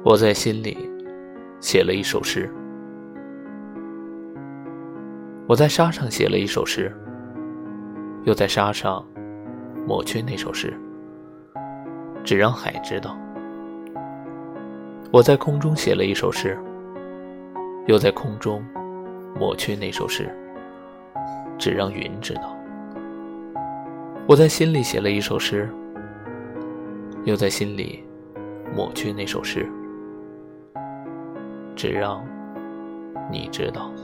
我在心里写了一首诗，我在沙上写了一首诗，又在沙上抹去那首诗，只让海知道。我在空中写了一首诗，又在空中抹去那首诗，只让云知道。我在心里写了一首诗，又在心里抹去那首诗，只让你知道。